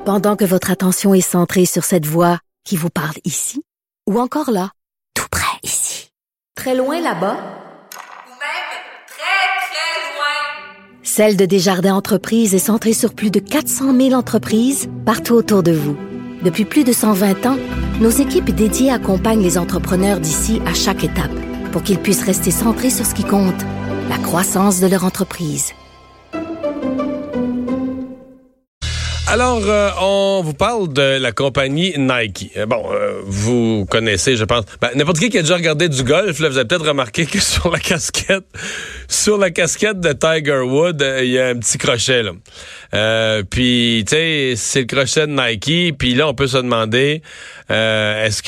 Pendant que votre attention est centrée sur cette voix qui vous parle ici, ou encore là, tout près ici, très loin là-bas, ou même très, très loin. Celle de Desjardins Entreprises est centrée sur plus de 400 000 entreprises partout autour de vous. Depuis plus de 120 ans, nos équipes dédiées accompagnent les entrepreneurs d'ici à chaque étape pour qu'ils puissent rester centrés sur ce qui compte, la croissance de leur entreprise. Alors, on vous parle de la compagnie Nike. Vous connaissez, je pense. N'importe qui a déjà regardé du golf, là, vous avez peut-être remarqué que sur la casquette de Tiger Woods, il y a un petit crochet, là. Puis, tu sais, c'est le crochet de Nike. Puis là, on peut se demander, est-ce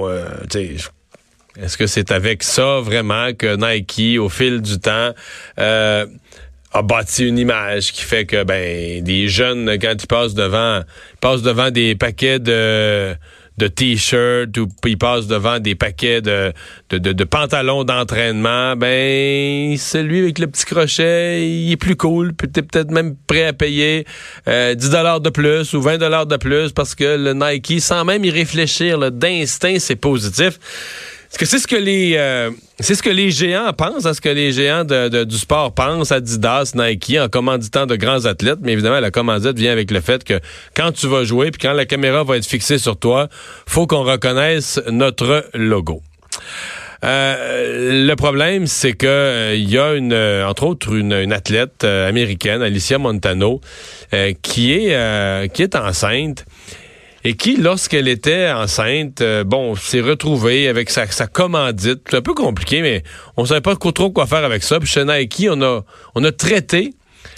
que c'est avec ça vraiment que Nike, au fil du temps, a bâti une image qui fait que des jeunes, quand ils passent devant des paquets de t-shirts ou ils passent devant des paquets de pantalons d'entraînement, celui avec le petit crochet, il est plus cool, puis t'es peut-être même prêt à payer 10 $ de plus ou 20 $ de plus parce que le Nike, sans même y réfléchir, là, d'instinct, c'est positif. Est-ce que c'est ce que les géants pensent, est-ce que les géants du sport pensent, Adidas, Nike, en commanditant de grands athlètes? Mais évidemment, la commandite vient avec le fait que quand tu vas jouer, puis quand la caméra va être fixée sur toi, faut qu'on reconnaisse notre logo. Le problème, c'est que il y a entre autres une athlète américaine, Alicia Montano, qui est enceinte. Et qui, lorsqu'elle était enceinte, s'est retrouvée avec sa commandite. C'est un peu compliqué, mais on savait pas trop quoi faire avec ça. Puis chez Nike, on a traité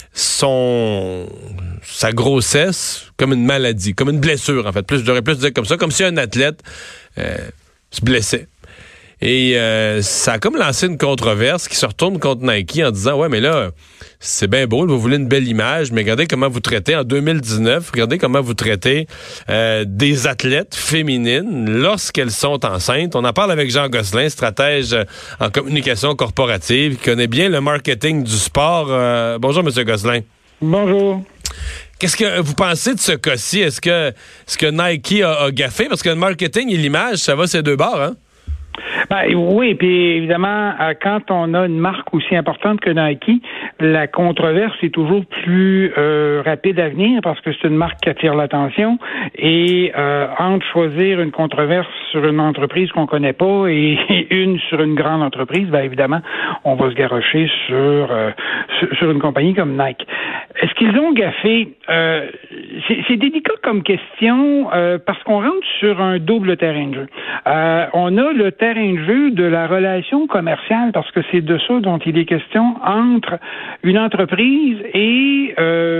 sa grossesse comme une maladie, comme une blessure, en fait. J'aurais plus dire comme ça, comme si un athlète se blessait. Et ça a comme lancé une controverse qui se retourne contre Nike en disant « Ouais, mais là, c'est bien beau, vous voulez une belle image, mais regardez comment vous traitez en 2019, regardez comment vous traitez des athlètes féminines lorsqu'elles sont enceintes. » On en parle avec Jean Gosselin, stratège en communication corporative, qui connaît bien le marketing du sport. Bonjour, M. Gosselin. Bonjour. Qu'est-ce que vous pensez de ce cas-ci? Est-ce que Nike a gaffé? Parce que le marketing et l'image, ça va ces deux bords, hein? Oui, puis évidemment, quand on a une marque aussi importante que Nike, la controverse est toujours plus rapide à venir parce que c'est une marque qui attire l'attention et entre choisir une controverse sur une entreprise qu'on connaît pas et une sur une grande entreprise, évidemment, on va se garrocher sur une compagnie comme Nike. Est-ce qu'ils ont gaffé? C'est délicat comme question parce qu'on rentre sur un double terrain de jeu. On a le terrain de jeu de la relation commerciale parce que c'est de ça dont il est question entre une entreprise et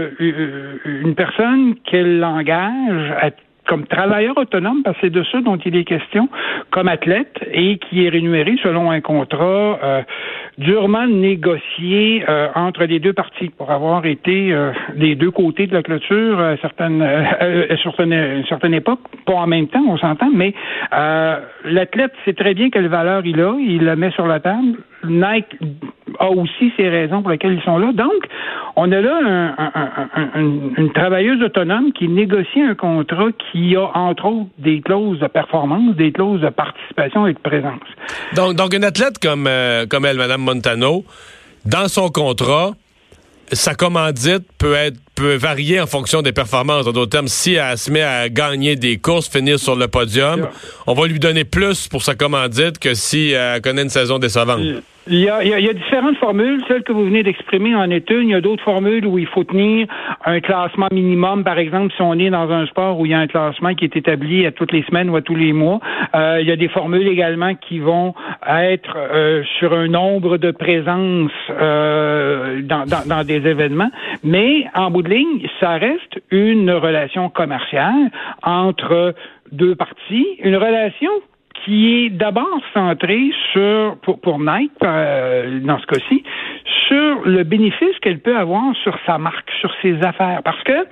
une personne qu'elle engage comme travailleur autonome, parce que c'est de ça dont il est question, comme athlète, et qui est rémunéré selon un contrat durement négocié entre les deux parties, pour avoir été des deux côtés de la clôture à une certaine époque, pas en même temps, on s'entend, mais l'athlète sait très bien quelle valeur il la met sur la table. Nike a aussi ses raisons pour lesquelles ils sont là. Donc, on a là une travailleuse autonome qui négocie un contrat qui a, entre autres, des clauses de performance, des clauses de participation et de présence. Donc une athlète comme elle, Mme Montano, dans son contrat, sa commandite peut varier en fonction des performances. En d'autres termes, si elle se met à gagner des courses, finir sur le podium, on va lui donner plus pour sa commandite que si elle connaît une saison décevante. Il y a différentes formules. Celle que vous venez d'exprimer en est une. Il y a d'autres formules où il faut tenir un classement minimum. Par exemple, si on est dans un sport où il y a un classement qui est établi à toutes les semaines ou à tous les mois, il y a des formules également qui vont être sur un nombre de présences dans des événements. Mais en bout de ligne, ça reste une relation commerciale entre deux parties. Une relation qui est d'abord centrée pour Nike, dans ce cas-ci, sur le bénéfice qu'elle peut avoir sur sa marque, sur ses affaires. Parce que,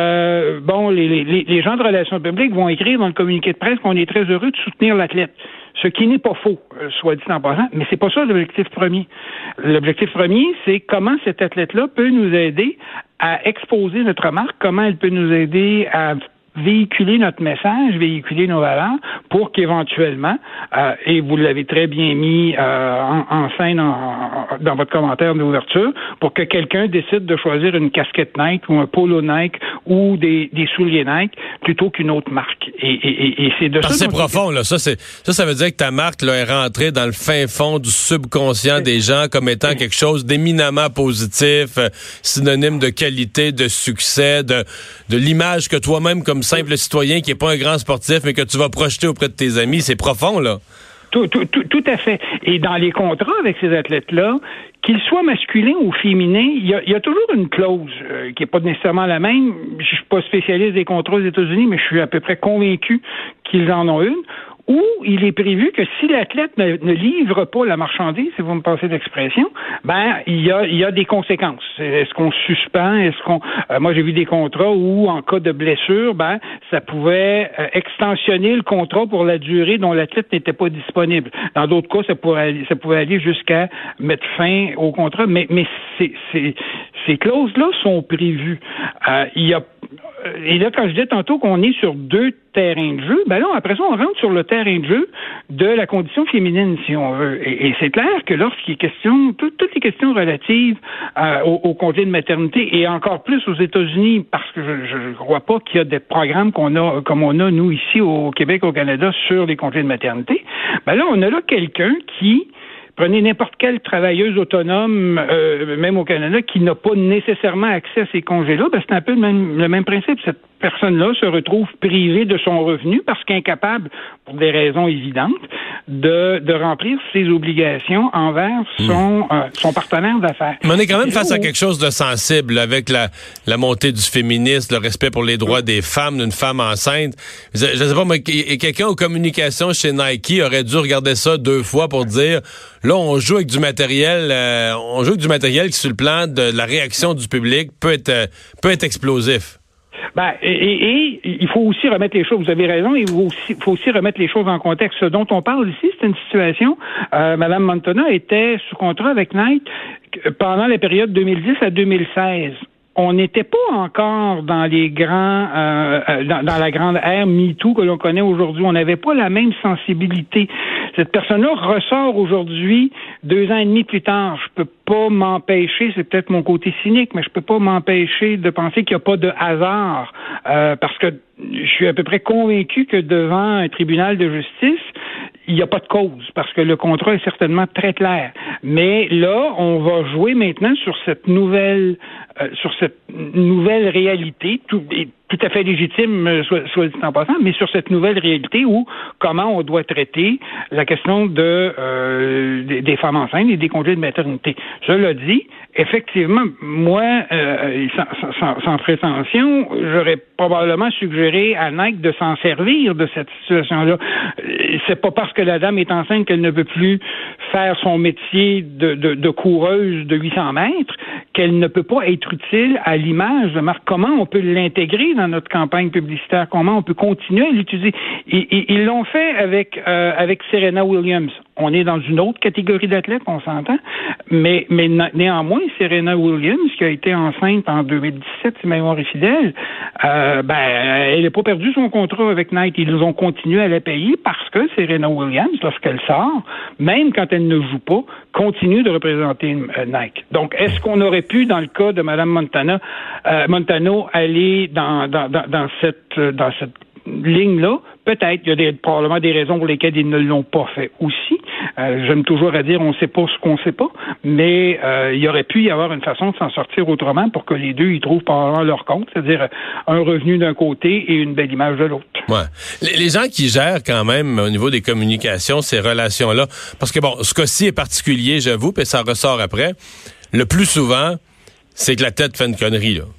les gens de relations publiques vont écrire dans le communiqué de presse qu'on est très heureux de soutenir l'athlète. ce qui n'est pas faux, soit dit en passant, mais c'est pas ça l'objectif premier. L'objectif premier, c'est comment cet athlète-là peut nous aider à exposer notre marque, comment elle peut nous aider à véhiculer notre message, véhiculer nos valeurs pour qu'éventuellement, et vous l'avez très bien mis en scène dans votre commentaire d'ouverture, pour que quelqu'un décide de choisir une casquette Nike ou un polo Nike ou des souliers Nike plutôt qu'une autre marque. Et c'est de ça. C'est profond, là. Ça veut dire que ta marque là, est rentrée dans le fin fond du subconscient des gens comme étant quelque chose d'éminemment positif, synonyme de qualité, de succès, de l'image que toi-même, comme simple citoyen qui n'est pas un grand sportif, mais que tu vas projeter auprès de tes amis. C'est profond, là. Tout à fait. Et dans les contrats avec ces athlètes-là, qu'ils soient masculins ou féminins, il y a toujours une clause qui n'est pas nécessairement la même. Je suis pas spécialiste des contrats aux États-Unis, mais je suis à peu près convaincu qu'ils en ont une, où il est prévu que si l'athlète ne livre pas la marchandise, si vous me passez l'expression, il y a des conséquences. Est-ce qu'on suspend? Moi, j'ai vu des contrats où, en cas de blessure, ça pouvait extensionner le contrat pour la durée dont l'athlète n'était pas disponible. Dans d'autres cas, ça pouvait aller jusqu'à mettre fin au contrat, mais ces clauses-là sont prévues. Et là, quand je disais tantôt qu'on est sur 2 terrains de jeu, là, après ça, on rentre sur le terrain de jeu de la condition féminine, si on veut. Et c'est clair que lorsqu'il est question, toutes les questions relatives au congé de maternité, et encore plus aux États-Unis, parce que je ne crois pas qu'il y a des programmes comme on a, nous, ici, au Québec, au Canada, sur les congés de maternité, là, on a là quelqu'un qui... Prenez n'importe quelle travailleuse autonome, même au Canada, qui n'a pas nécessairement accès à ces congés-là, c'est un peu le même principe. Cette personne-là se retrouve privée de son revenu parce qu'incapable, pour des raisons évidentes, de remplir ses obligations envers son partenaire d'affaires. Mais on est quand même face à quelque chose de sensible avec la montée du féminisme, le respect pour les droits des femmes, d'une femme enceinte. Je sais pas, moi, quelqu'un aux communications chez Nike aurait dû regarder ça 2 fois pour dire, là, on joue avec du matériel, qui, sur le plan de la réaction du public, peut être explosif. Et il faut aussi remettre les choses, vous avez raison, il faut aussi remettre les choses en contexte. Ce dont on parle ici, c'est une situation, Mme Montana était sous contrat avec Nike pendant la période 2010 à 2016. On n'était pas encore dans les grands, dans la grande ère MeToo que l'on connaît aujourd'hui. On n'avait pas la même sensibilité. Cette personne-là ressort aujourd'hui, 2 ans et demi plus tard. Je peux pas m'empêcher, c'est peut-être mon côté cynique, mais je peux pas m'empêcher de penser qu'il n'y a pas de hasard, parce que je suis à peu près convaincu que devant un tribunal de justice, il n'y a pas de cause, parce que le contrat est certainement très clair. Mais là, on va jouer maintenant sur cette nouvelle réalité, tout à fait légitime, soit dit en passant, mais sur cette nouvelle réalité où comment on doit traiter la question des femmes enceintes et des congés de maternité. Cela dit, effectivement, moi, sans prétention, j'aurais probablement suggéré à Nike de s'en servir de cette situation-là. C'est pas parce que la dame est enceinte qu'elle ne peut plus faire son métier de coureuse de 800 mètres, qu'elle ne peut pas être utile à l'image de marque. Comment on peut l'intégrer dans notre campagne publicitaire? Comment on peut continuer à l'utiliser? Et ils l'ont fait avec Serena Williams. On est dans une autre catégorie d'athlètes, on s'entend, mais néanmoins, Serena Williams, qui a été enceinte en 2017, si ma mémoire est fidèle, elle n'a pas perdu son contrat avec Nike. Ils ont continué à la payer parce que Serena Williams, lorsqu'elle sort, même quand elle ne joue pas, continue de représenter Nike. Donc, est-ce qu'on aurait pu, dans le cas de Mme Montano, aller dans cette ligne-là? Peut-être. Il y a probablement des raisons pour lesquelles ils ne l'ont pas fait aussi. J'aime toujours à dire on ne sait pas ce qu'on ne sait pas, mais il y aurait pu y avoir une façon de s'en sortir autrement pour que les deux y trouvent probablement leur compte, c'est-à-dire un revenu d'un côté et une belle image de l'autre. Ouais. Les gens qui gèrent quand même au niveau des communications ces relations-là, parce que ce cas-ci est particulier, j'avoue, puis ça ressort après. Le plus souvent, c'est que la tête fait une connerie, là.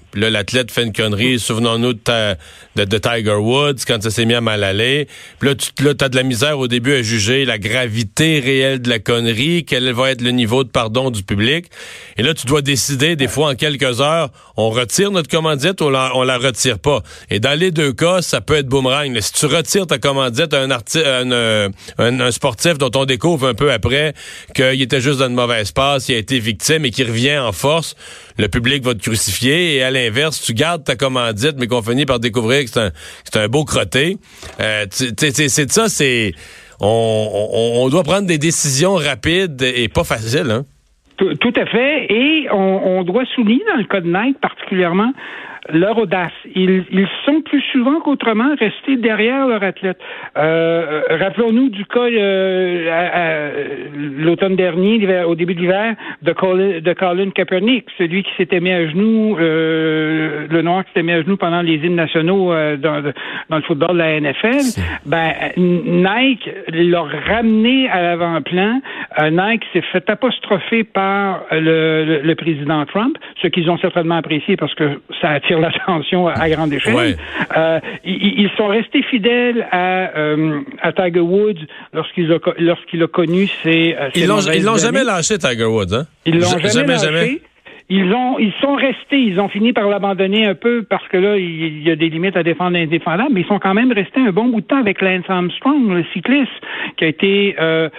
Puis là, l'athlète fait une connerie. Souvenons-nous de Tiger Woods, quand ça s'est mis à mal aller. Puis là, t'as de la misère au début à juger la gravité réelle de la connerie, quel va être le niveau de pardon du public. Et là, tu dois décider, des fois, en quelques heures, on retire notre commandite ou on la retire pas. Et dans les deux cas, ça peut être boomerang. Si tu retires ta commandite à un sportif dont on découvre un peu après qu'il était juste dans une mauvaise passe, il a été victime et qu'il revient en force, le public va te crucifier. Et à l'inverse, tu gardes ta commandite, mais qu'on finit par découvrir que c'est un beau crotté. C'est ça, on doit prendre des décisions rapides et pas faciles, hein? Tout à fait. Et on doit souligner, dans le cas de Nike particulièrement, leur audace. Ils sont plus souvent qu'autrement restés derrière leur athlète. Rappelons-nous du cas l'automne dernier, au début de l'hiver, de Colin Kaepernick, celui qui s'était mis à genoux, le Noir qui s'était mis à genoux pendant les hymnes nationaux dans le football de la NFL. Nike l'a ramené à l'avant-plan. Nike s'est fait apostropher par le président Trump, ce qu'ils ont certainement apprécié parce que ça attire l'attention à grande échelle. Ouais. Ils sont restés fidèles à Tiger Woods lorsqu'il a connu ses Ils l'ont jamais lâché, Tiger Woods, hein? Ils l'ont jamais lâché. Ils sont restés, ils ont fini par l'abandonner un peu parce que là, il y a des limites à défendre l'indéfendable, mais ils sont quand même restés un bon bout de temps avec Lance Armstrong, le cycliste, qui a été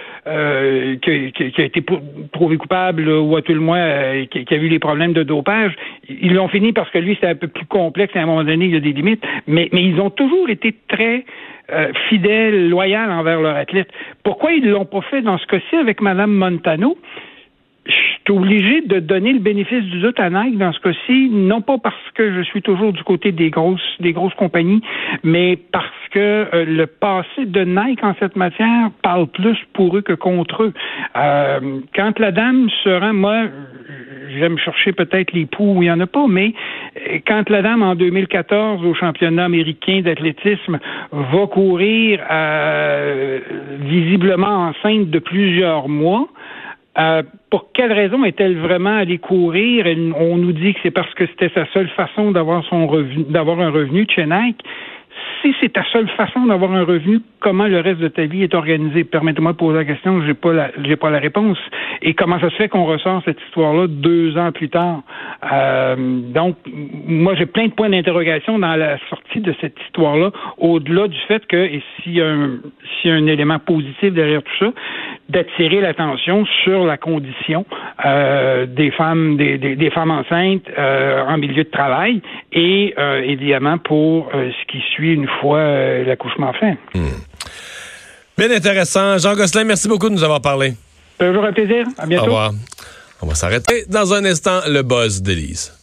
prouvé coupable, ou à tout le moins, qui a eu les problèmes de dopage. Ils l'ont fini parce que lui, c'était un peu plus complexe, et à un moment donné, il y a des limites, mais ils ont toujours été très fidèles, loyaux envers leur athlète. Pourquoi ils l'ont pas fait dans ce cas-ci avec Mme Montano? Je suis obligé de donner le bénéfice du doute à Nike dans ce cas-ci, non pas parce que je suis toujours du côté des grosses compagnies, mais parce que le passé de Nike en cette matière parle plus pour eux que contre eux. Quand la dame se rend, moi, j'aime chercher peut-être les poux où il n'y en a pas, mais quand la dame, en 2014, au championnat américain d'athlétisme, va courir visiblement enceinte de plusieurs mois, pour quelle raison est-elle vraiment allée courir? On nous dit que c'est parce que c'était sa seule façon d'avoir un revenu de chez Nike. Si c'est ta seule façon d'avoir un revenu, comment le reste de ta vie est organisé? Permettez-moi de poser la question, j'ai pas la réponse. Et comment ça se fait qu'on ressort cette histoire-là 2 ans plus tard? Donc, moi, j'ai plein de points d'interrogation dans la sortie de cette histoire-là, au-delà du fait que, et s'il y a un élément positif derrière tout ça, d'attirer l'attention sur la condition des femmes enceintes en milieu de travail et évidemment pour ce qui suit une fois l'accouchement fait. Bien intéressant. Jean Gosselin, merci beaucoup de nous avoir parlé. Toujours un plaisir. À bientôt. Au revoir. On va s'arrêter dans un instant. Le buzz d'Élise.